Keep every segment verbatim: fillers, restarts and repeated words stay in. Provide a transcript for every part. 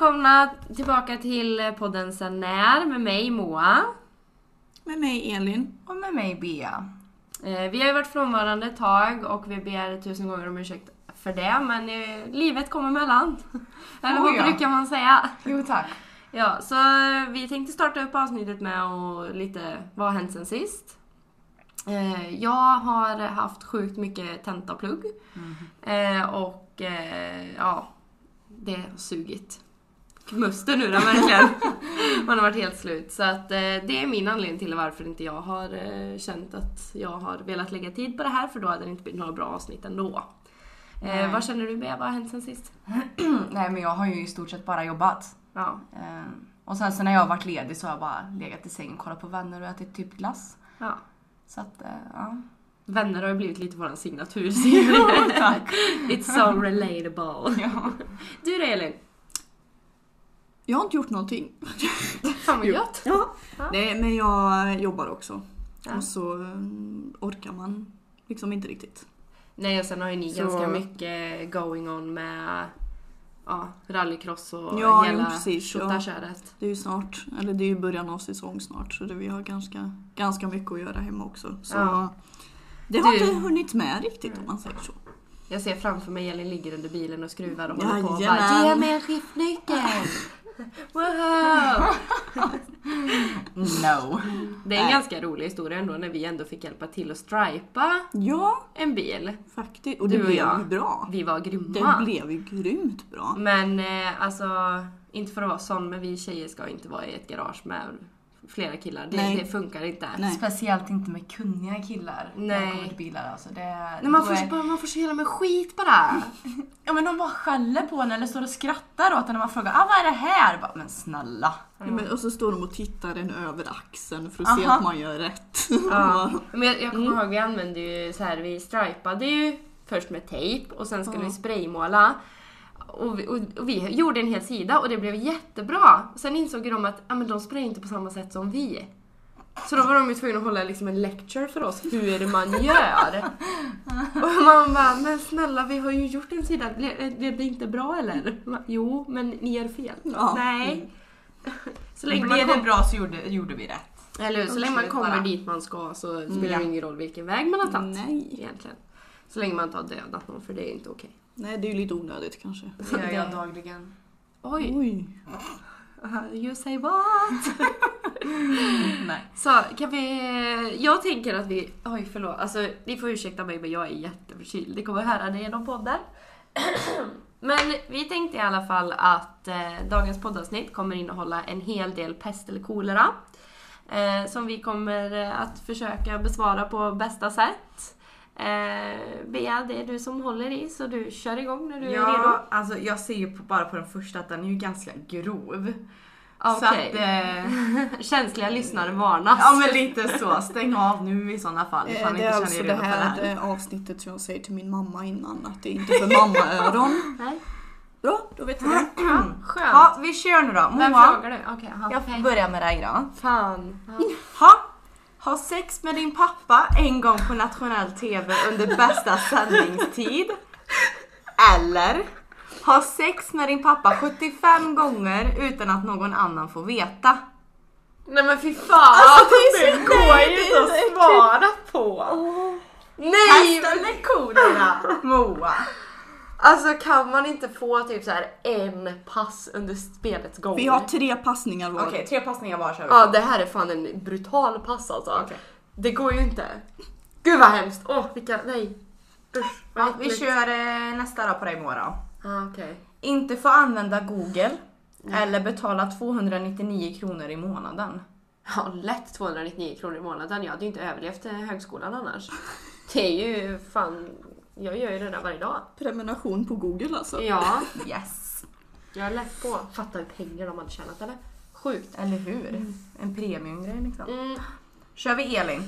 välkomna tillbaka till podden Sen när med mig Moa. Med mig Elin. Och med mig Bea. Eh, vi har ju varit frånvarande ett tag och vi ber tusen gånger om ursäkt för det. Men eh, livet kommer mellan. Eller vad Oh, ja. brukar man säga? Jo tack. Ja, så vi tänkte starta upp avsnittet med och lite vad har hänt sen sist. Eh, jag har haft sjukt mycket tentaplugg. Mm. Eh, och eh, ja, det har sugit. Musten nu då, verkligen. Man har varit helt slut. Så att eh, det är min anledning till varför inte jag har eh, känt att jag har velat lägga tid på det här. För då hade det inte blivit några bra avsnitt ändå. Eh, vad känner du med? Vad har hänt sen sist? Nej, men jag har ju i stort sett bara jobbat. Ja. Eh, och sen så när jag har varit ledig så har jag bara legat i sängen, kollat på vänner och ätit typ glass. Ja. Så att, eh, ja. Vänner har ju blivit lite våran signatur. Tack. It's so relatable. Ja. Du då, Elin? Jag har inte gjort någonting. Fan vad gött. Ja. Ja. Nej, men jag jobbar också. Ja. Och så um, orkar man liksom inte riktigt. Nej, och sen har ju ni Så- ganska mycket going on med ja, rallycross och Ja, hela jo, precis, ja. tjottaköret. Det är ju snart, eller det är ju början av säsong snart. Så det, vi har ganska, ganska mycket att göra hemma också. Så Ja. det har Du- inte hunnit med riktigt om man säger så. Jag ser framför mig Elin ligger under bilen och skruvar och håller på och Jajamän. bara, ge mig en skiftnyckel. Wow! No. Det är en Nej. ganska rolig historia ändå när vi ändå fick hjälpa till att stripa Ja, en bil. faktiskt. Och Du det och blev jag. ju bra. Vi var grymma. Det blev ju grymt bra. Men eh, alltså, inte för att vara sån, men vi tjejer ska inte vara i ett garage med flera killar. Det, Nej. det funkar inte. Nej. Speciellt inte med kunniga killar. När Nej. det kommer till bilar. Alltså, det, Nej, man, då får, är- bara, man får så jävla med skit bara. Ja, men de bara skäller på en eller står och skrattar åt en när man frågar ah, vad är det här? Bara, men snälla. Ja, men, och så står de och tittar en över axeln för att se Aha. att man gör rätt. Ja. Men jag, jag kommer Mm. ihåg vi använde ju så här, vi stripade ju först med tejp och sen skulle Ja. vi spraymåla. Och vi, och, och vi gjorde en hel sida och det blev jättebra. Sen insåg de att ah, men de sprayar inte på samma sätt som vi. Så då var de ju tvungna att hålla liksom en lecture för oss hur är det man gör. Och man bara, men snälla vi har ju gjort en sida, blev blev det inte bra eller? Man, jo, men ni gör fel. Ja. Nej. Så länge man Blev det kom, bra så gjorde, gjorde vi rätt. eller hur? Så länge man Absolut, kommer bara. dit man ska så spelar Ja. det ingen roll vilken väg man har tagit. Nej. Egentligen. Så länge man inte har dödat någon, för det är inte okej. Nej, det är ju lite onödigt kanske. Det gör jag dagligen. Oj, Oj. uh, you say what? Nej. Så kan vi, jag tänker att vi, oj förlåt, alltså ni får ursäkta mig men jag är jätteförkyld. Det kommer att höra det genom podden. Men vi tänkte i alla fall att eh, dagens poddavsnitt kommer innehålla en hel del pest eller kolera. Eh, som vi kommer eh, att försöka besvara på bästa sätt. Eh, Bea, det är du som håller i så du kör igång när du är redo. Ja, alltså jag ser ju på, bara på den första att den är ju ganska grov. Så Okej. att, eh, Känsliga lyssnare varnas. ja men lite så, stäng av nu i sådana fall ifall ni Det är inte alltså känner det er redo för det här här. eh, avsnittet som jag säger till min mamma innan att det är inte för mammaöron. Nej. Bra, då vet vi det. Ja, skönt. Ja, vi kör nu då. Vem Moa, frågar du? Okej, aha. jag får börja med dig då. Fan. Ja. Ha, ha sex med din pappa en gång på nationell tv under bästa sändningstid. Eller ha sex med din pappa sjuttiofem gånger utan att någon annan får veta. Nej men fy fan, Alltså, det är det så- går nej, ju det inte är att så äckligt. svara på. Nej! Testa lektionerna, Moa. Alltså kan man inte få typ så här en pass under spelets gång? Vi har tre passningar var. Okej, tre passningar var kör vi på. Ja, det här är fan en brutal pass alltså. Okej. Det går ju inte. Gud vad hemskt. Åh, vilka, nej. Usch, vad Ja, vi äckligt. kör eh, nästa då på dig, Moa då. Ah, okej. Inte få använda Google eller betala tvåhundranittionio kronor i månaden. Ja, lätt tvåhundranittionio kronor i månaden. Jag hade ju inte överlevt högskolan annars. Det är ju fan, jag gör ju det där varje dag. Prenumeration på Google alltså. Ja, Yes. jag är lätt på. Fattar hur pengar de hade tjänat eller? Sjukt. Eller hur? En premiumgrej liksom. Mm. Kör vi Elin.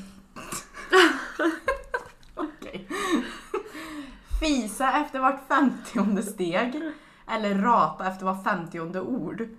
Okej. Fisa efter vart femtionde steg. Eller rapa efter var femtionde ord.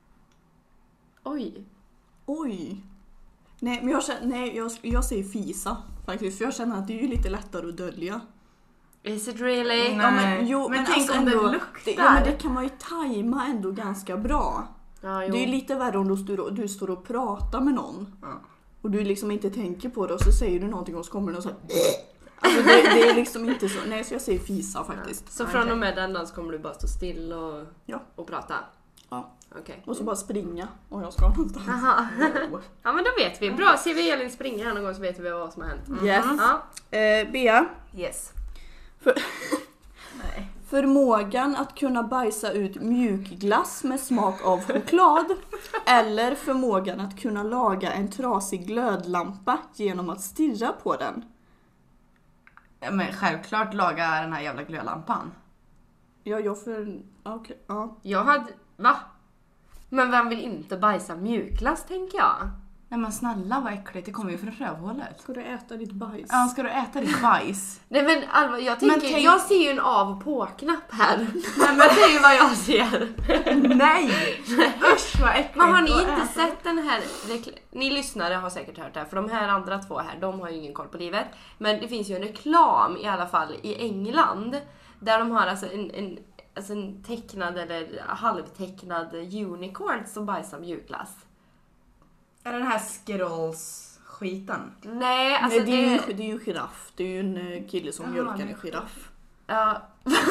Oj. Oj. Nej, men jag, känner, nej jag, jag säger fisa faktiskt. För jag känner att det är ju lite lättare att dölja. Is it really? Nej. Ja, men, jo, Men men, tänk alltså om det ändå, luktar. Ja, men det kan man ju tajma ändå ganska bra. Ja, jo. Det är ju lite värre om du står, du står och pratar med någon. Ja. Och du liksom inte tänker på det och så säger du någonting och så kommer det och så här, alltså det, det är liksom inte så. Nej, så jag säger fisa faktiskt. Så från och med den dagen så kommer du bara stå still och, Ja. och prata? Ja. Okej. Och så bara springa om jag ska någonstans. Aha. Ja, men då vet vi. Bra, ser vi Elin springa här någon gång så vet vi vad som har hänt. Mm. Yes. Ja. Eh, Bea, Yes. för, Nej. förmågan att kunna bajsa ut mjukglass med smak av choklad eller förmågan att kunna laga en trasig glödlampa genom att stirra på den. Ja, men självklart laga den här jävla glödlampan. Ja, jag för... Okej, ja. Jag hade... Va? Men vem vill inte bajsa mjukglass, tänker jag? Nej men snälla vad äckligt, det kommer ju från rövhålet. Ska du äta ditt bajs? Ja, ska du äta ditt bajs? Nej men Alva, jag tänker... tänk- Jag ser ju en av och på-knapp här. Nej men det är ju vad jag ser. Nej! Usch vad äckligt. Men har ni att inte äta. sett den här... rekl- Ni lyssnare har säkert hört det här, för de här andra två här, de har ju ingen koll på livet. Men det finns ju en reklam i alla fall i England, där de har alltså en... en Alltså en tecknad eller halvtecknad unicorn som bajsar mjukglass. Är det den här Skittles-skiten? Nej, alltså Nej, det, är det... ju, det är ju en giraff. Det är ju en eh, kille som Jaha, mjölkar det- en giraff. Ja.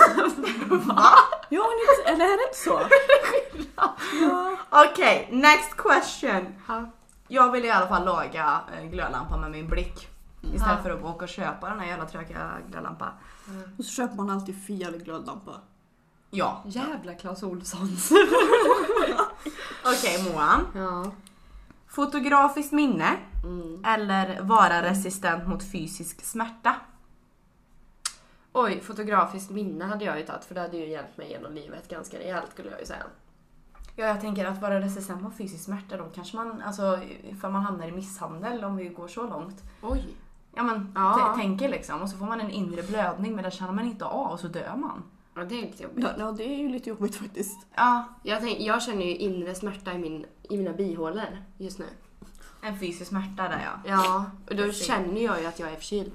Ja, men inte, eller är det inte så? Ja. Okej, next question. Ja. Jag vill i alla fall laga eh, glödlampan med min blick. Istället Ja. för att åka och köpa den här jävla tråkiga glödlampan. Och så köper man alltid fel glödlampa. Ja. Jävla Clas Ohlsons. Okej Moa. Ja. Fotografiskt minne Mm. eller vara resistent mot fysisk smärta? Oj, fotografiskt minne hade jag ju tagit, för det hade ju hjälpt mig genom livet ganska rejält skulle jag ju säga. Ja, jag tänker att vara resistent mot fysisk smärta, då kanske man, alltså för man hamnar i misshandel om vi går så långt. Oj. Ja men, Ja. t- tänker liksom. Och så får man en inre blödning men det känner man inte av och så dör man. Ja, det är lite jobbigt. Ja, ja, det är ju lite jobbigt faktiskt. Ja, Jag, tänk, jag känner ju inre smärta i, min, i mina bihålor just nu. en fysisk smärta där ja. Ja, och då Precis. känner jag ju att jag är förkyld.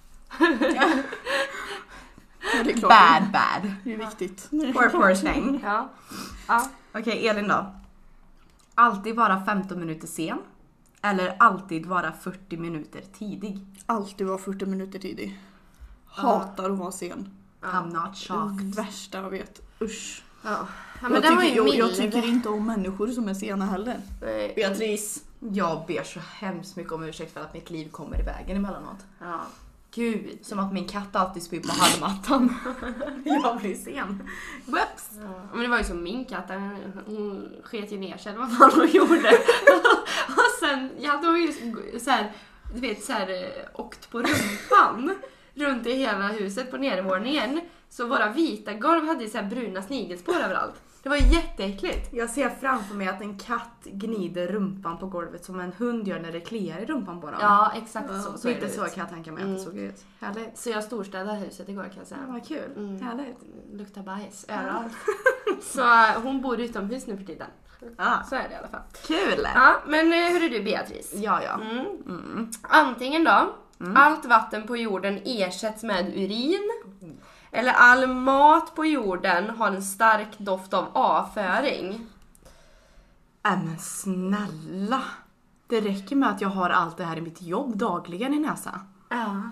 Ja, det är klart. Bad, bad. Det är viktigt. Poor, poor thing. Ja. Ja. Okej, Elin då. Alltid vara femton minuter sen. Eller alltid vara fyrtio minuter tidig. Alltid vara fyrtio minuter tidig. Hatar att vara sen. I'm not shocked. Det värsta jag vet. Usch. Ja. Ja, men jag, den var tycker, ju jag, jag mild. tycker inte om människor som är sena heller. Nej. Beatrice. Jag ber så hemskt mycket om ursäkt för att mitt liv kommer i vägen emellanåt. Ja. Gud. Som att min katt alltid spyr på hallmattan. Jag blir sen. Whoops. Ja. Men det var ju som min katt, den- hon sket ju ner sig, vad fan hon gjorde. Och sen, ja då var ju så här, du vet så här, eh, åkt på rumpan runt i hela huset på nedervåningen. Så våra vita golv hade ju så här bruna snigelspår överallt. Det var jätteäckligt. Jag ser framför mig att en katt gnider rumpan på golvet som en hund gör när det kliar i rumpan på dem. Ja, exakt så. så så är lite det så ut. kan jag tänka mig Mm. att det såg ut. Härligt. Så jag storstädade huset igår kan jag säga. Ja, vad kul. Mm. Härligt. Luktar bajs överallt. Så eh, hon bor utomhus nu för tiden. Ja. Så är det i alla fall. Kul! Ja, men eh, hur är du Beatrice? Ja, ja. Mm. Mm. Antingen då, Mm. allt vatten på jorden ersätts med urin. Eller all mat på jorden har en stark doft av avföring. Äh, men snälla. Det räcker med att jag har allt det här i mitt jobb dagligen i näsa. Ja.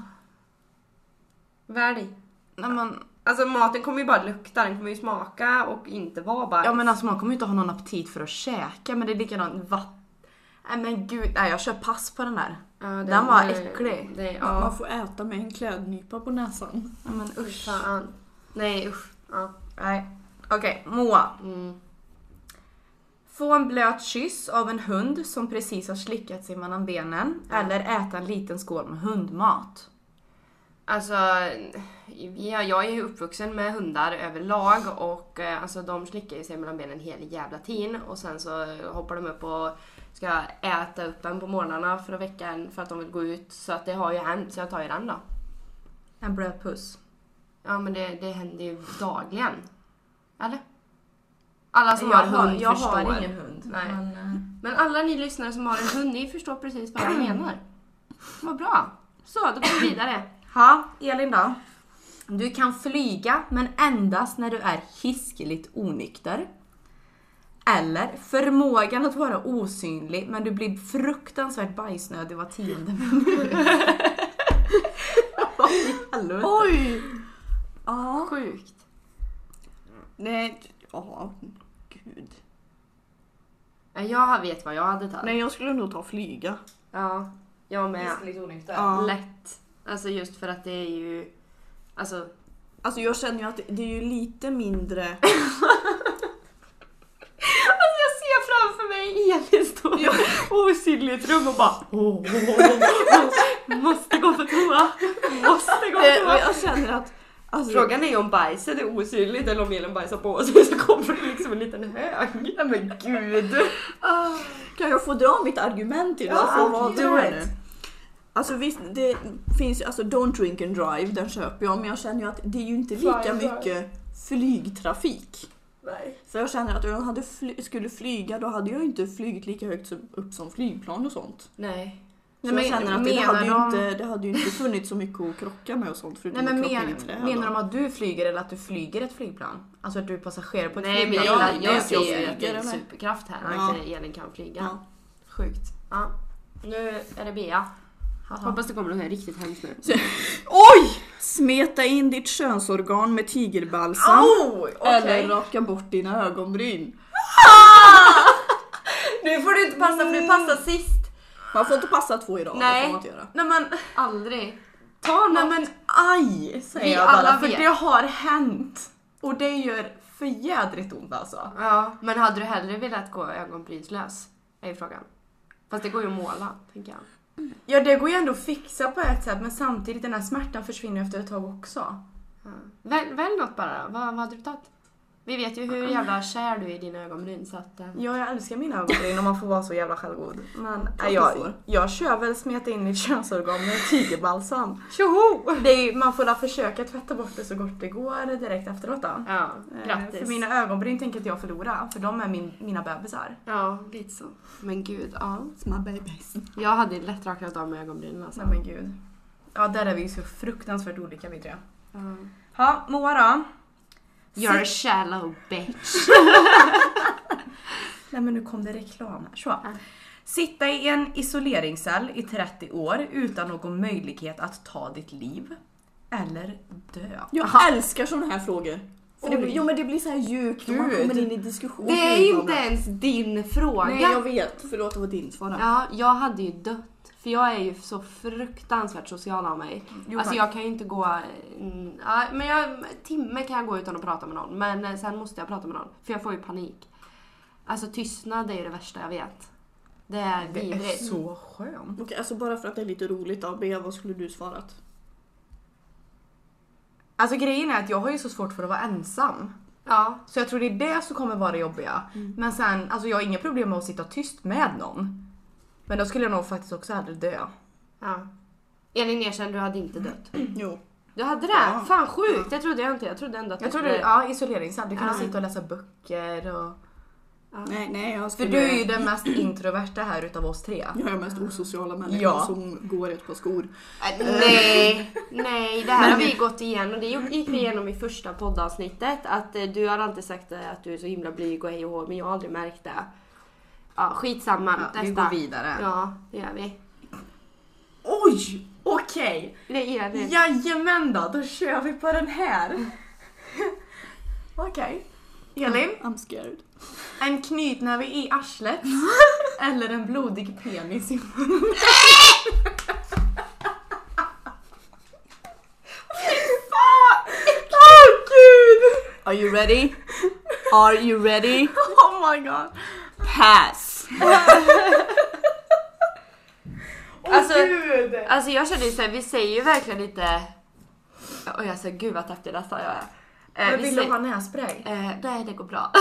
Välj. Nej, men, Alltså maten kommer ju bara lukta, den kommer ju smaka och inte vara bajs. ja men alltså man kommer ju inte ha någon aptit för att käka, men det är likadant vatten. Nej men gud, nej jag kör pass på den där. Ja, det- Den var det- äcklig. Det, Man ja. får äta med en klädnypa på näsan. Nej men usch. Usch fan. Nej usch. Ja. Nej. Okej, Moa. Mm. Få en blöt kyss av en hund som precis har slickat sig mellan benen. Ja. Eller äta en liten skål med hundmat. Alltså, ja, jag är ju uppvuxen med hundar överlag och eh, alltså, de slickar ju sig mellan benen hela jävla tiden och sen så hoppar de upp och ska äta upp en på morgnarna för att väcka en för att de vill gå ut. Så att det har ju hänt, så jag tar ju den då. En blöt puss. Ja, men det, det händer ju dagligen. Eller? Alla som jag har har, hund jag förstår. har ingen hund. Nej. Men, eh, Men alla ni lyssnare som har en hund, ni förstår precis vad jag menar. Vad bra. Så, då går vi vidare. ha, Elin då. Du kan flyga men endast när du är hiskeligt onykter. Eller förmågan att vara osynlig men du blir fruktansvärt bajsnödig var tionde minut. Oj! Ja. Sjukt. Nej, ja, gud. Jag vet vad jag hade tagit. Nej, jag skulle nog ta flyga. Ja, jag med. Hiskeligt onykter. Ja. Lätt. Alltså just för att det är ju... Alltså... Alltså jag känner ju att det är ju lite mindre... Alltså jag ser framför mig Elin står Ja. osynlig i ett rum och bara oh, oh, oh, oh. Måste gå på toa. Måste gå på Eh, toa. Jag känner att... Alltså, Frågan är ju om bajset är osynligt eller om Elin bajsar på sig så kommer det liksom en liten hög. Ja, men gud. ah, kan jag få dra mitt argument idag? Ja, för vad do det är it. nu? Alltså visst, det finns ju, alltså Don't Drink and Drive, den köper jag, men jag känner ju att det är ju inte lika Fine, mycket flygtrafik. Nej. För jag känner att om jag hade fly- skulle flyga, då hade jag inte flygit lika högt som, upp som flygplan och sånt. Nej. Så Nej, jag men känner att det, det, menar hade ju de- inte, det hade ju inte funnits så mycket att krocka med och sånt. Förutom Nej men att krocka men, in i träd. menar de att du flyger eller att du flyger ett flygplan? Alltså att du är passagerare på ett Nej men flygplan? jag, det jag, är jag så jag ser att det är en flyger, eller? superkraft här. Ja. Att Elin kan flyga. Ja. Sjukt. Ja. Nu är det Bea. Hoppas det kommer något här riktigt hemskt nu. Oj! Smeta in ditt könsorgan med tigerbalsam. Oh, okay. Eller raka bort dina ögonbryn. Nu får du inte passa för du passar sist. Man får inte passa två idag. Det får Nej. man inte göra. Nej men, Aldrig. ta nej men aj säger Vi jag bara. alla För vet. det har hänt. Och det gör för jädrigt ont alltså. Ja, men hade du hellre velat gå ögonbrynslös? Är frågan. Fast det går ju att måla, tänker jag. Ja det går ju ändå att fixa på ett sätt. Men samtidigt den här smärtan försvinner efter ett tag också. Ja. Välj, välj något bara. Vad, vad hade du tagit? Vi vet ju hur jävla kär du är i dina ögonbryn så att... eh, Ja, jag älskar mina ögonbryn om man får vara så jävla självgod. Men Klart nej, du jag, får. jag kör väl smeta in mitt könsorgan med tigerbalsam. Tjoho! Det är, man får da försöka tvätta bort det så gort det går direkt efteråt då. Ja, Eh, grattis. För mina ögonbryn tänker inte jag förlora, för de är min, mina bebisar. Ja, lite så. Men gud, ja. It's my babies. Jag hade lätt rakat av med ögonbrynen alltså. Nej men gud. Ja, där är vi så fruktansvärt olika vi tre. Ja. Ja, Moa då? You're a shallow bitch. Nej men nu kom det reklam här. Så. Sitta i en isoleringscell i trettio år utan någon möjlighet att ta ditt liv. Eller dö. Jag Aha. älskar såna här frågor. För det, Oj. blir- jo men det blir så här djupt och man Gud. kommer in i diskussion. Det är inte ens din fråga. Nej jag vet, förlåt det var din svar. Ja, jag hade ju dött. För jag är ju så fruktansvärt social av mig. Jo, alltså tack. jag kan ju inte gå... mm, Ja, men jag, en timme kan jag gå utan att prata med någon. Men eh, sen måste jag prata med någon. För jag får ju panik. Alltså tystnad är ju det värsta jag vet. Det är Det är vidrigt. så skönt. Okej, alltså bara för att det är lite roligt då, Bea, vad skulle du svarat? Alltså grejen är att jag har ju så svårt för att vara ensam. Ja. Så jag tror det är det som kommer vara det jobbiga. Men sen, alltså jag har inga problem med att sitta tyst med någon. Men då skulle jag nog faktiskt också hellre dö. ja. Elin erkänn, du hade inte dött. Jo. Du hade det? Ja. Fan sjukt, det trodde jag inte. Jag trodde ändå att Jag du tror skulle- du, ja isoleringscell, du kan Ja. sitta och läsa böcker och... Nej, nej jag För skulle... du är ju den mest introverta här utav oss tre. Jag är mest osociala människor Ja. som går i ett par skor. Äh, Nej, nej, det här har vi gått igenom. Det gick vi igenom i första poddavsnittet. Att eh, du har alltid sagt eh, att du är så himla blyg och hej och hå, men jag har aldrig märkt det. Ja, skitsamma. Ja, vi Nästa. går vidare. Ja, det gör vi. Oj! Okej! Det är det. Jajamän då, då kör vi på den här. Okej. Elin, I'm scared. en knytnäve i arslet eller en blodig penis i munnen? Åh gud! Are you ready? Are you ready? Oh my god. Pass! Åh Alltså- gud! Alltså jag känner ju såhär, vi säger ju verkligen lite... Oj, alltså gud vad tappig nästan jag är. Eh, Men vi vill säger- du ha nässpray? Eh, nej, det går bra.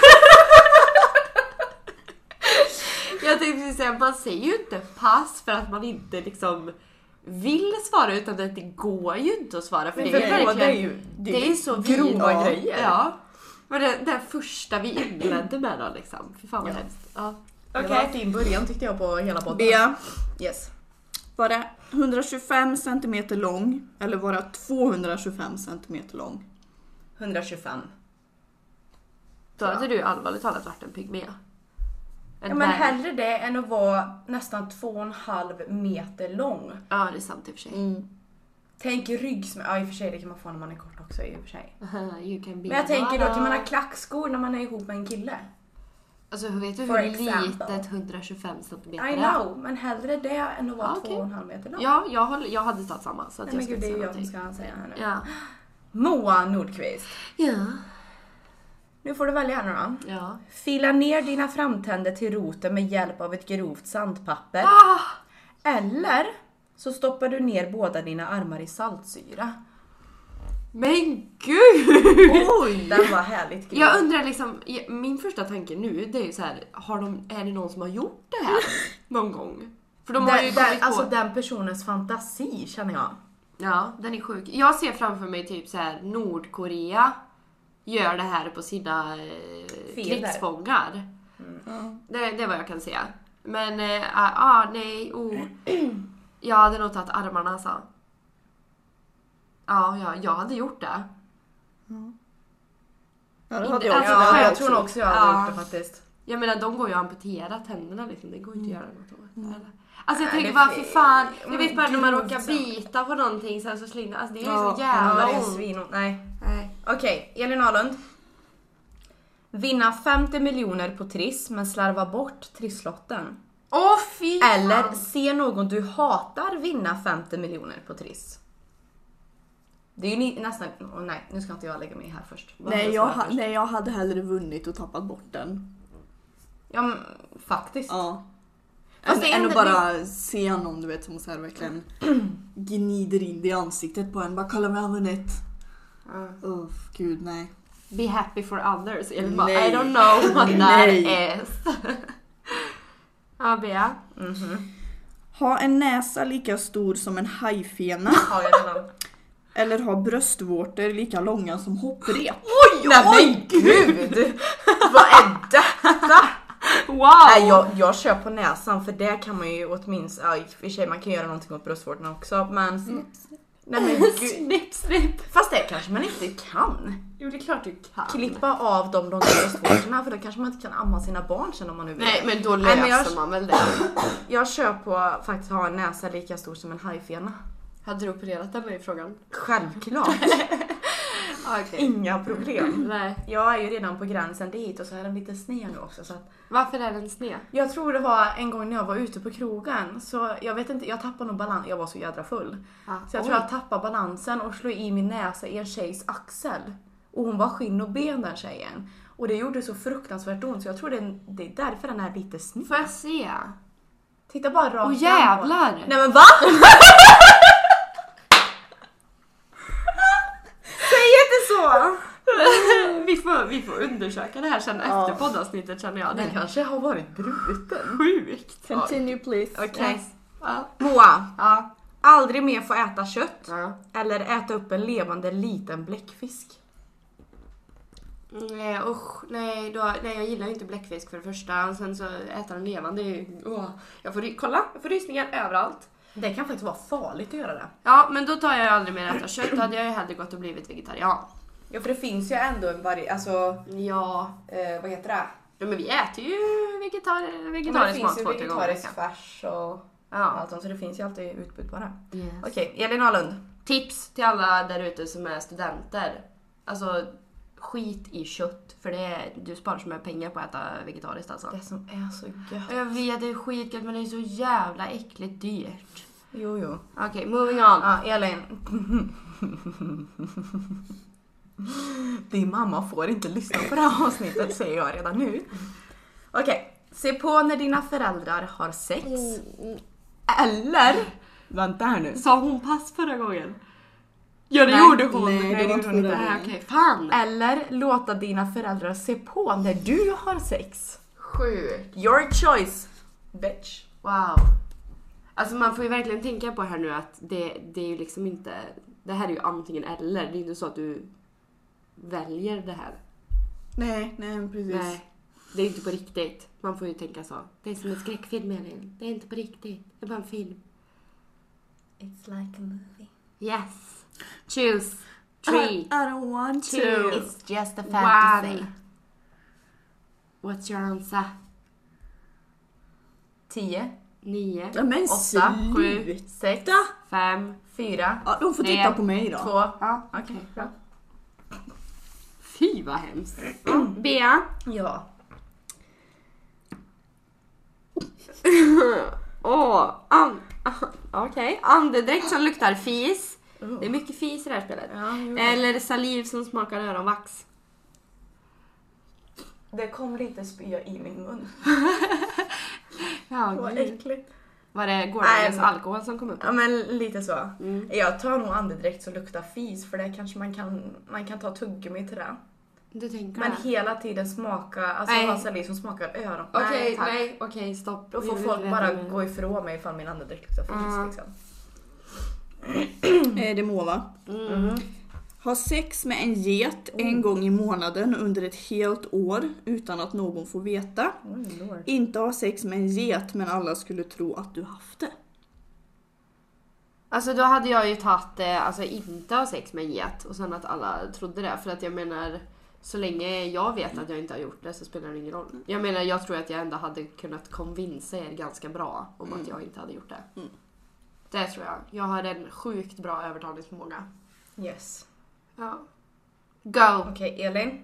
Jag tänkte precis säga, man säger ju inte pass för att man inte liksom vill svara, utan att det går ju inte att svara. För Men det är för ju båda verkligen, är ju- det det är är så grova vid- grejer. Ja. Men det, det första vi inledde med då liksom. Fy fan vad Ja. hemskt. Ja. Det Okej. var en fin början tyckte jag på hela podden. Bea, Yes. Vara hundratjugofem centimeter lång eller vara tvåhundratjugofem centimeter lång? hundratjugofem. Då hade du allvarligt talat varit en pygmé. Ja, men hellre det än att vara nästan två och en halv meter lång. Ja, det är sant i och för sig. Mm. Tänk ryggsmärta. Ja, i och för sig det kan man få när man är kort också i och för sig. Uh, you can be Men jag tänker då bada. kan man ha klackskor när man är ihop med en kille. Alltså vet du For hur example. litet hundratjugofem centimeter I är? know, men hellre det än att vara Ja, två okej. och en halv meter lång. Ja, jag, håller, jag hade tagit samma. Så att Nej, men jag gud, det är ju säga jag som någonting. ska säga här nu. Ja. Moa Nordqvist. Ja. Nu får du välja här nu då. Ja. Fila ner dina framtänder till roten med hjälp av ett grovt sandpapper. Ah! Eller så stoppar du ner båda dina armar i saltsyra. Men gud! Oj! Den var härligt grym. Jag undrar liksom, min första tanke nu det är ju så här, har de, är det någon som har gjort det här någon gång? För de har ju den, den, kommit på, alltså den personens fantasi känner jag. ja, den är sjuk. Jag ser framför mig typ så här Nordkorea gör det här på sina eh, krigsfångar. Mm. Det, det är vad jag kan säga. Men, ja, eh, ah, ah, nej, oh. Jag hade nog tagit armarna alltså. Ja, ja, jag hade gjort det. Ja, det Inte- hade jag också. alltså, det hade Ja, jag jag tror nog också jag hade Ja. gjort det faktiskt. Jag menar, de går ju att amputera tänderna liksom. Det går inte att göra något åt det. eller? Alltså jag Nej, tänker det bara, är för fel. fan. Jag Men vet bara när man gud, råkar så. bita på någonting så, här så slingar. Alltså det är ju Ja, så Ja, jävla det är ont. svin. Nej. Nej. Okej, Elin Ahlund. Vinna femtio miljoner på Triss men slarva bort trisslotten. Åh fy fan. Eller se någon du hatar vinna femtio miljoner på Triss. Det är ju ni, nästan... Oh, nej, nu ska inte jag lägga mig här först. Vad Nej ska jag, svara ha, först? nej, jag hade hellre vunnit och tappat bort den. Ja, men, faktiskt. Ja. Fast Än, det är än att ändå- bara se någon du vet som så här verkligen gnider in det i ansiktet på en. Bara kolla vad jag har vunnit. Ja. Uff, gud nej. Be happy for others. Eller bara, Nej. I don't know what that Nej. is. Ja, Bea. Mhm. Ha en näsa lika stor som en hajfena. Har jag redan. Eller ha bröstvårtor lika långa som hopprep. Oj, nej men gud! Vad är detta? Wow! Nej, jag, jag kör på näsan för det kan man ju åtminstone... Ja, i och för sig man kan göra någonting åt bröstvårtorna också, men... Nej men gud. Snipp, snipp. Fast det kanske man inte kan. Jo, det är klart du kan. Klippa av de långa bröstvårtorna, för då kanske man inte kan amma sina barn sen om man nu vill. Nej, men då Nej, löser men jag- man väl det. Jag kör på faktiskt ha en näsa lika stor som en hajfena. Hade du opererat den i frågan? Självklart. Okej. Inga problem. Nej. Jag är ju redan på gränsen dit och så är den lite sned nu också. Så att Varför är den sned? jag tror det var en gång när jag var ute på krogen. Så jag vet inte, jag tappade nog balans. Jag var så jädra full. Ah, Så jag tror jag tappade balansen och slog i min näsa i en tjejs axel. Och hon var skinn och ben den tjejen. Och det gjorde så fruktansvärt ont så jag tror det är, det är därför den är lite sned. Får jag se? Titta bara rakt Åh fram på- jävlar! Nej men va? Säg inte så! vi, får, vi får undersöka det här sen Ja. efter poddavsnittet känner jag. Den Det är kanske har varit bruten. sjukt. Continue please. Okej. Yes. Ja. Moa, Ja. aldrig mer få äta kött. Ja. Eller äta upp en levande liten bläckfisk. Nej usch, nej, då, nej jag gillar ju inte bläckfisk för det första. Och sen så äta den levande, det är ju, åh. Jag får, ry- kolla, jag får rysningar överallt. Det kan faktiskt vara farligt att göra det. Ja, men då tar jag ju aldrig mer äta kött. Då hade jag ju hellre gått och blivit vegetarian. Ja, för det finns ju ändå en varje, alltså, Ja, eh, vad heter det? ja men vi äter ju vegetar- Ja, men det vegetarisk mat finns ju två, tre gånger i vegetarisk veckan. färs och Ja. allt sånt, så det finns ju alltid utbud på det. Yes. Okej, Elin Ahlund. Tips till alla där ute som är studenter. Alltså, skit i kött. För det är, du sparar så mycket pengar på att äta vegetariskt alltså. Det som är så gött. Jag vet, det är skitgött men det är så jävla äckligt dyrt. Jo, jo. Okej, moving on. Ja, Elin. Din mamma får inte lyssna på det här avsnittet, säger jag redan nu. Okej, se på när dina föräldrar har sex. Eller, vänta här nu. Sa hon pass förra gången? Ja, det Nej, gjorde hon. nej, det var gjorde inte hon förra Nej, gången. Okej, fan. Eller låta dina föräldrar se på när du har sex. Sjukt. Your choice, bitch. Wow. Alltså man får ju verkligen tänka på här nu att det, det är ju liksom inte... Det här är ju antingen eller. Det är inte så att du väljer det här. Nej, nej precis. Nej, det är inte på riktigt. Man får ju tänka så. Det är som en skräckfilm, Elin. Det är inte på riktigt. Det är bara en film. It's like a movie. Yes. Choose. Three. I, I don't want to. Two. It's just a fantasy. One. What's your answer? Tio. Nio. Ja, men Åtta, sju, sluta. Sex. Fem. Fyra. Ja, de får Tre, titta på mig då. Två. Ja. Okej, bra. Fy vad hemskt. Bea. Ja. Åh. an- Okej. Okay. Andedräkt som luktar fis. Det är mycket fis i det här spelet. Ja, jo. Eller saliv som smakar öronvax. Det kom lite spya i min mun. Ja, Vad gud. äckligt. Var det gårdagens Nej, alkohol som kom upp? Ja, men lite så. Mm. Jag tar nog andedräkt som luktar fis, för det kanske man kan, man kan ta tuggummi till det. Du tänker Men det? hela tiden smaka, alltså Nej. ha saliv som smakar öron. Okej, tack. nej, okej, stopp. Då Vi får vill folk inte bara veta mer. gå ifrån mig ifall min andedräkt luktar fis. Mm. Liksom. Eh, det må va. Mm. Ha sex med en get en gång i månaden under ett helt år utan att någon får veta. Oj, lord. Inte ha sex med en get men alla skulle tro att du haft det. Alltså då hade jag ju tagit eh, alltså inte ha sex med en get och sen att alla trodde det. För att jag menar, så länge jag vet att jag inte har gjort det så spelar det ingen roll. Jag menar, jag tror att jag ändå hade kunnat konvinsa er ganska bra om att jag inte hade gjort det. Mm. Det tror jag. Jag har en sjukt bra övertalningsförmåga. Yes. Ja. Go! Okej, Elin.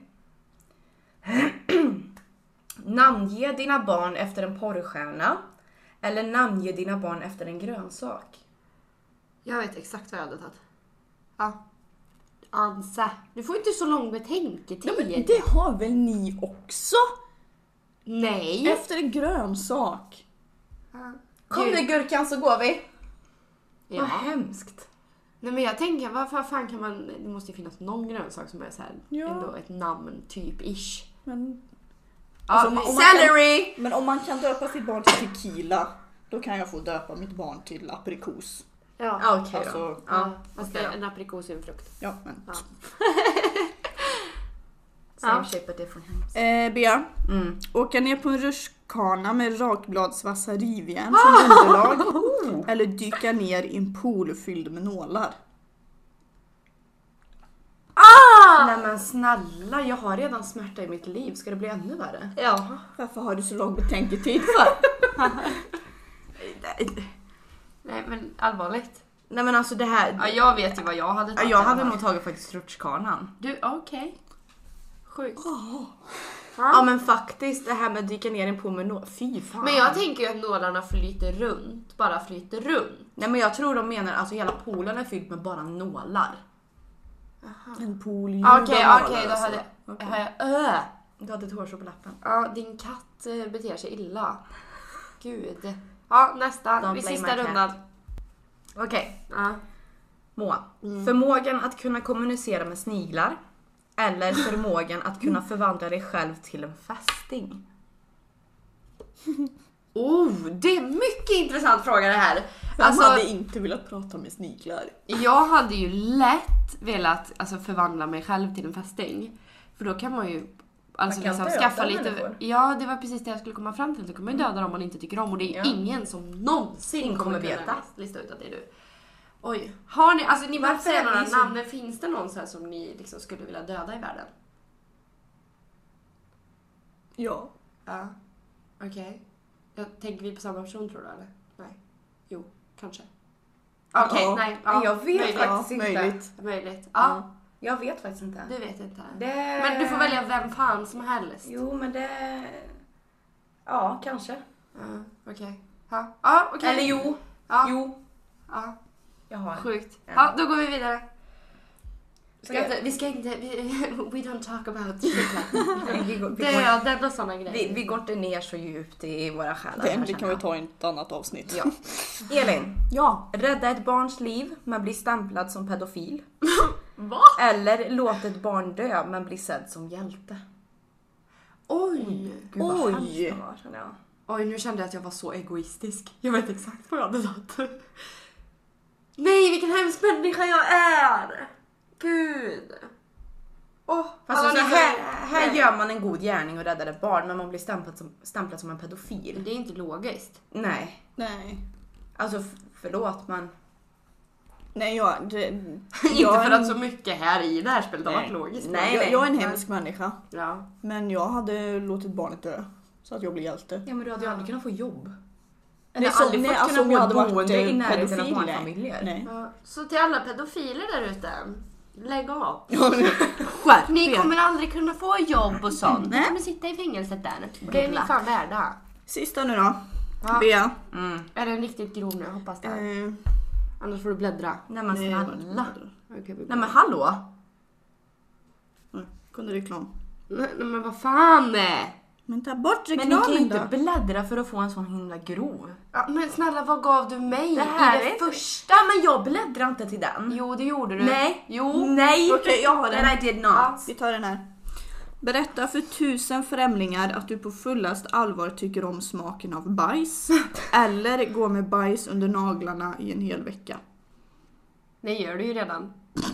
Namnge dina barn efter en porrstjärna. Eller namnge dina barn efter en grönsak. Jag vet exakt vad jag hade tagit. Ja. Ansa. Du får inte så lång betänketid. Ja, men det har väl ni också? Nej. Efter en grönsak. Ja. Kom Du- nu Gurkan, så går vi. Ja. Vad hemskt. Nej, men jag tänker, varför fan kan man... Det måste ju finnas någon grönsak som är så här, Ja. ändå ett namn, typ ish. Men, Ja, Alltså, men- om man- Celery! men om man kan döpa sitt barn till tequila, då kan jag få döpa mitt barn till aprikos. ja. Ja, okej Alltså, då. Ja, Ja, fast okej det, då. en aprikos är en frukt. Ja, men. Ja. Same Ja. shape but different hands. Eh, Bea, Mm. åka ner på en rutschkana med rakbladsvassa rivjärn som underlag. Eller dyka ner i en pool fylld med nålar. Ah! Nej men snälla, jag har redan smärta i mitt liv. Ska det bli ännu värre? Ja. Varför har du så lång betänketid för? Nej, men allvarligt. Nej men alltså det här... Ja, jag vet ju vad jag hade Ja, tagit. jag i alla hade fall. nog tagit faktiskt rutschkanan. Du, okej. Sjukt. Ja men faktiskt, det här med att dyka ner i en pool med nålar. Fy fan. Men jag tänker ju att nålarna flyter runt. Bara flyter runt. Nej men jag tror de menar alltså hela poolen är fylld med bara nålar. En pool gjord Okej, av okej, nålar, då alltså. hade Okej. har jag... Öh! Du hade ett hårstrå på läppen. Ja, din katt eh, beter sig illa. Gud. Ja, nästa. Don't Vi blame sista my cat. rundan. Okej, Ja. Moa. Förmågan att kunna kommunicera med sniglar. Eller förmågan att kunna förvandla dig själv till en fästing. Oh, det är mycket intressant fråga det här. Vem Alltså, hade inte velat prata med sniglar? jag hade ju lätt velat alltså, förvandla mig själv till en fästing. För då kan man ju alltså, Man kan liksom, döda skaffa lite... människor. Ja, det var precis det jag skulle komma fram till. Då kan man ju döda dem man inte tycker om. Och det är Ja. ingen som någonsin Ingen kommer kommer kunna veta. lista ut att det är du. Oj. Har ni, alltså ni behöver Varför säga är några vi så- namn, men finns det någon så här som ni liksom skulle vilja döda i världen? Ja. Ja. Okej. Jag tänker vi på samma person tror du eller? Nej. Jo, kanske. Okej, Ja. nej. Ja, Jag vet möjligt. faktiskt inte. möjligt. Möjligt. Ja, Jag vet faktiskt inte. du vet inte. Det... Men du får välja vem fan som helst. Jo men det... Ja, kanske. Ja, okej. Ja, ja okej. Eller jo. Ja. Jo. Ja, Jag har. sjukt. Ja. Ja, då går vi vidare. Ska Okej. inte, vi ska inte, vi, we don't talk about shit Nej, vi, går, vi, går, döden och såna grejer. vi, vi går inte ner så djupt i våra själar. Det, här, det känner kan vi jag. ta i ett annat avsnitt. Ja. Elin. Ja. Rädda ett barns liv men bli stämplad som pedofil. Va? Eller låt ett barn dö men bli sedd som hjälte. Oj. Gud vad Oj. hemskt det var, känner jag. Oj, nu kände jag att jag var så egoistisk. Jag vet exakt vad jag hade tagit. Nej, vilken hemsk människa jag är! Gud. Åh, Fast alla alltså, ni här, börjar- här gör man en god gärning och räddar ett barn men man blir stämplad som, stämplad som en pedofil. Det är inte logiskt. Nej. Nej. Alltså f- förlåt men Nej, jag... Det, Inte jag för en, att så mycket här i det här spelet har varit logiskt. Nej, jag, nej. jag är en hemsk människa. Ja. Men jag hade låtit barnet dö. Så att jag blir hjälte. Ja, men du hade ju aldrig kunnat få jobb. Nej, Eller så- aldrig nej, fått alltså, kunna om jag bo hade varit, boende eh, i närheten av pedofil, nej. barnfamiljer. Nej. Ja. Så till alla pedofiler där ute, lägg av. Skärp Ni er. kommer aldrig kunna få jobb och sånt. Ni Nej. kommer sitta i fängelset där. Det är ni fan värda. Sista nu då. Ja. Bea. Mm. Är den riktigt grov nu? Jag hoppas det. Eh, Annars får du bläddra. Nej men nej, snälla. Okej, vi Nej men hallå. nej, kunde reklam. Nej, nej men vad fan! Men ta bort Men ni kan ju reklamen inte då. bläddra för att få en sån himla grov. Ja, men snälla, vad gav du mig Det här i det är första? Ja men jag bläddrar inte till den. Jo, det gjorde du. Nej. Jo. Nej. Okej, jag har den. That I did not. Ja. Vi tar den här. Berätta för tusen främlingar att du på fullast allvar tycker om smaken av bajs. Eller gå med bajs under naglarna i en hel vecka. Det gör du ju redan.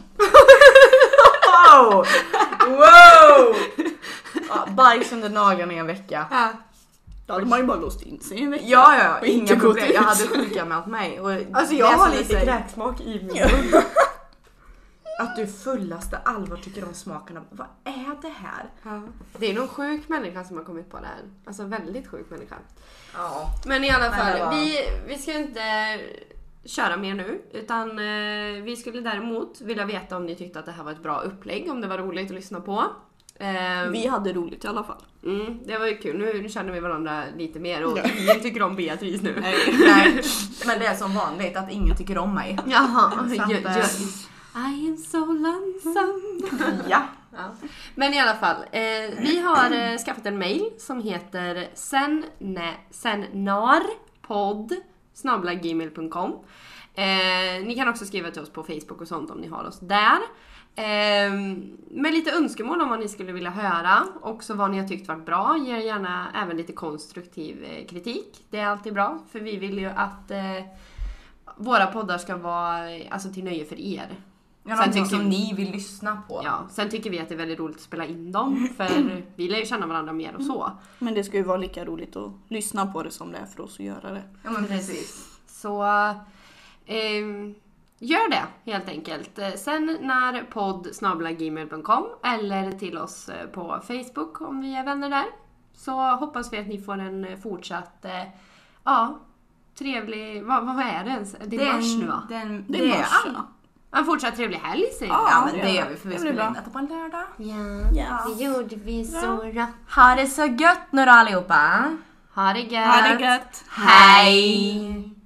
Wow! Wow! Ja, bajs under naglarna i en vecka. Ja. Då hade man ju bara låst in sig i en vecka. Ja, ja, Och inga inte gått problem. ut. Jag hade sjukanmält mig. Och Alltså det jag som har du lite säger, kräksmak i min mun. att du fullaste allvar tycker om smaken av... Vad är det här? Ja. Det är någon sjuk människa som har kommit på det här. Alltså väldigt sjuk människa. Ja. Men i alla Men fall, det var- vi, vi ska inte köra mer nu. Utan eh, vi skulle däremot vilja veta om ni tyckte att det här var ett bra upplägg. Om det var roligt att lyssna på. Eh, Vi hade roligt i alla fall. mm, det var ju kul. Nu, nu känner vi varandra lite mer. Och Ja. ingen tycker om Beatrice nu. Nej. Nej, men det är som vanligt att ingen tycker om mig. Jaha, Så att, ju, eh, ju, I am so lonesome. Ja. Ja. Men i alla fall, eh, vi har eh, skaffat en mail som heter senne, sennarpodd snabel-a gmail punkt com. eh, Ni kan också skriva till oss på Facebook och sånt om ni har oss där. Eh, med lite önskemål om vad ni skulle vilja höra. Också vad ni har tyckt varit bra. Ge gärna även lite konstruktiv eh, kritik. Det är alltid bra, för vi vill ju att eh, våra poddar ska vara alltså, till nöje för er. Ja, Sen någonting tycker som vi- ni vill lyssna på. Ja, sen tycker vi att det är väldigt roligt att spela in dem, för vi lär ju känna varandra mer och så. Men det ska ju vara lika roligt att lyssna på det som det är för oss att göra det. Ja, men precis. Så ehm, gör det helt enkelt. Eh, Sen när podd snabel-a gmail punkt com eller till oss eh, på Facebook om vi är vänner där. Så hoppas vi att ni får en eh, fortsatt eh, ja, trevlig, vad, vad är det ens? Det är mars nu va? Den, Det det är är mars, all- ja. En fortsatt trevlig helg säger Ja, vi. Ja, men det det gör gör vi för vi det blir spelar in bra. detta på en lördag. Ja, Ja. det gjorde vi så bra. Ha det så gött nu då allihopa. Ha det gött. Ha det gött! Hej!